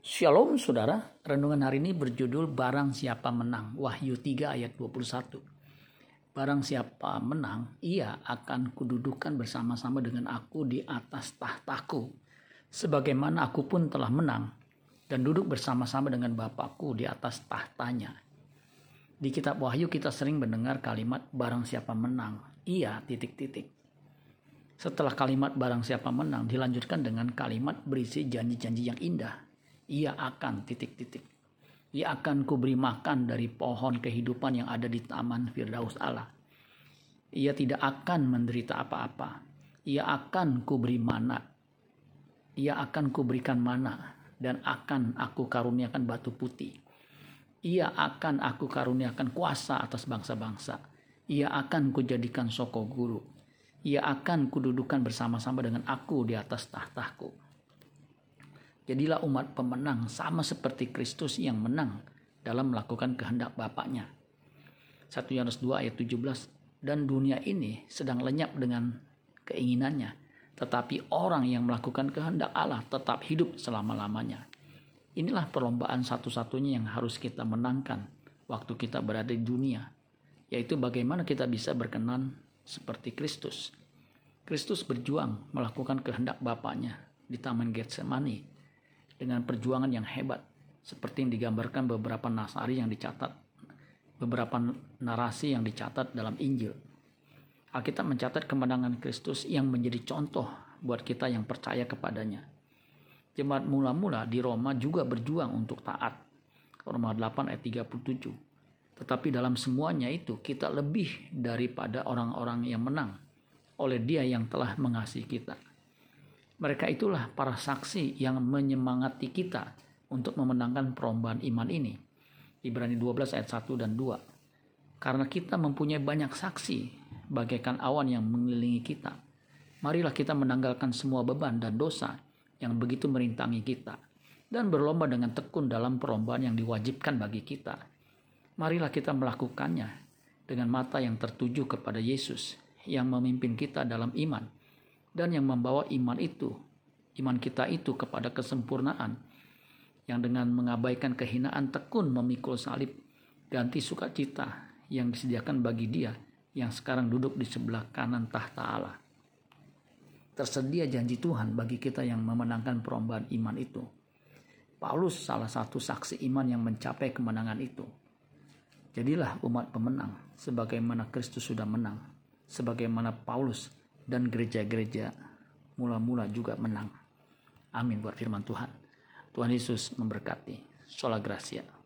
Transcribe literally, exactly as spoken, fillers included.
Shalom saudara, renungan hari ini berjudul Barang Siapa Menang, Wahyu tiga ayat dua puluh satu. Barang siapa menang, ia akan kududukan bersama-sama dengan aku di atas tahtaku, sebagaimana aku pun telah menang dan duduk bersama-sama dengan Bapakku di atas tahtanya. Di kitab Wahyu kita sering mendengar kalimat barang siapa menang, ia titik-titik. Setelah kalimat barang siapa menang dilanjutkan dengan kalimat berisi janji-janji yang indah. Ia akan titik-titik. Ia akan kuberi makan dari pohon kehidupan yang ada di taman Firdaus Allah. Ia tidak akan menderita apa-apa. Ia akan kuberi mana. Ia akan kuberikan mana dan akan aku karuniakan batu putih. Ia akan aku karuniakan kuasa atas bangsa-bangsa. Ia akan kujadikan soko guru. Ia akan kududukan bersama-sama dengan aku di atas tahtaku. Jadilah umat pemenang sama seperti Kristus yang menang dalam melakukan kehendak Bapaknya. satu Yohanes dua ayat tujuh belas. Dan dunia ini sedang lenyap dengan keinginannya, tetapi orang yang melakukan kehendak Allah tetap hidup selama-lamanya. Inilah perlombaan satu-satunya yang harus kita menangkan waktu kita berada di dunia, yaitu bagaimana kita bisa berkenan seperti Kristus. Kristus berjuang melakukan kehendak Bapaknya di Taman Getsemani dengan perjuangan yang hebat, seperti yang digambarkan beberapa nasari yang dicatat, beberapa narasi yang dicatat dalam Injil. Alkitab mencatat kemenangan Kristus yang menjadi contoh buat kita yang percaya kepadanya. Jemaat mula-mula di Roma juga berjuang untuk taat. Roma delapan ayat tiga puluh tujuh. Tetapi dalam semuanya itu kita lebih daripada orang-orang yang menang oleh Dia yang telah mengasihi kita. Mereka itulah para saksi yang menyemangati kita untuk memenangkan perlombaan iman ini. Ibrani dua belas ayat satu dan dua. Karena kita mempunyai banyak saksi bagaikan awan yang mengelilingi kita. Marilah kita menanggalkan semua beban dan dosa yang begitu merintangi kita dan berlomba dengan tekun dalam perlombaan yang diwajibkan bagi kita. Marilah kita melakukannya dengan mata yang tertuju kepada Yesus yang memimpin kita dalam iman dan yang membawa iman itu, iman kita itu kepada kesempurnaan, yang dengan mengabaikan kehinaan tekun memikul salib, ganti sukacita yang disediakan bagi Dia yang sekarang duduk di sebelah kanan tahta Allah. Tersedia janji Tuhan bagi kita yang memenangkan perlombaan iman itu. Paulus salah satu saksi iman yang mencapai kemenangan itu. Jadilah umat pemenang, sebagaimana Kristus sudah menang, sebagaimana Paulus dan gereja-gereja mula-mula juga menang. Amin buat firman Tuhan. Tuhan Yesus memberkati. Sola Gracia.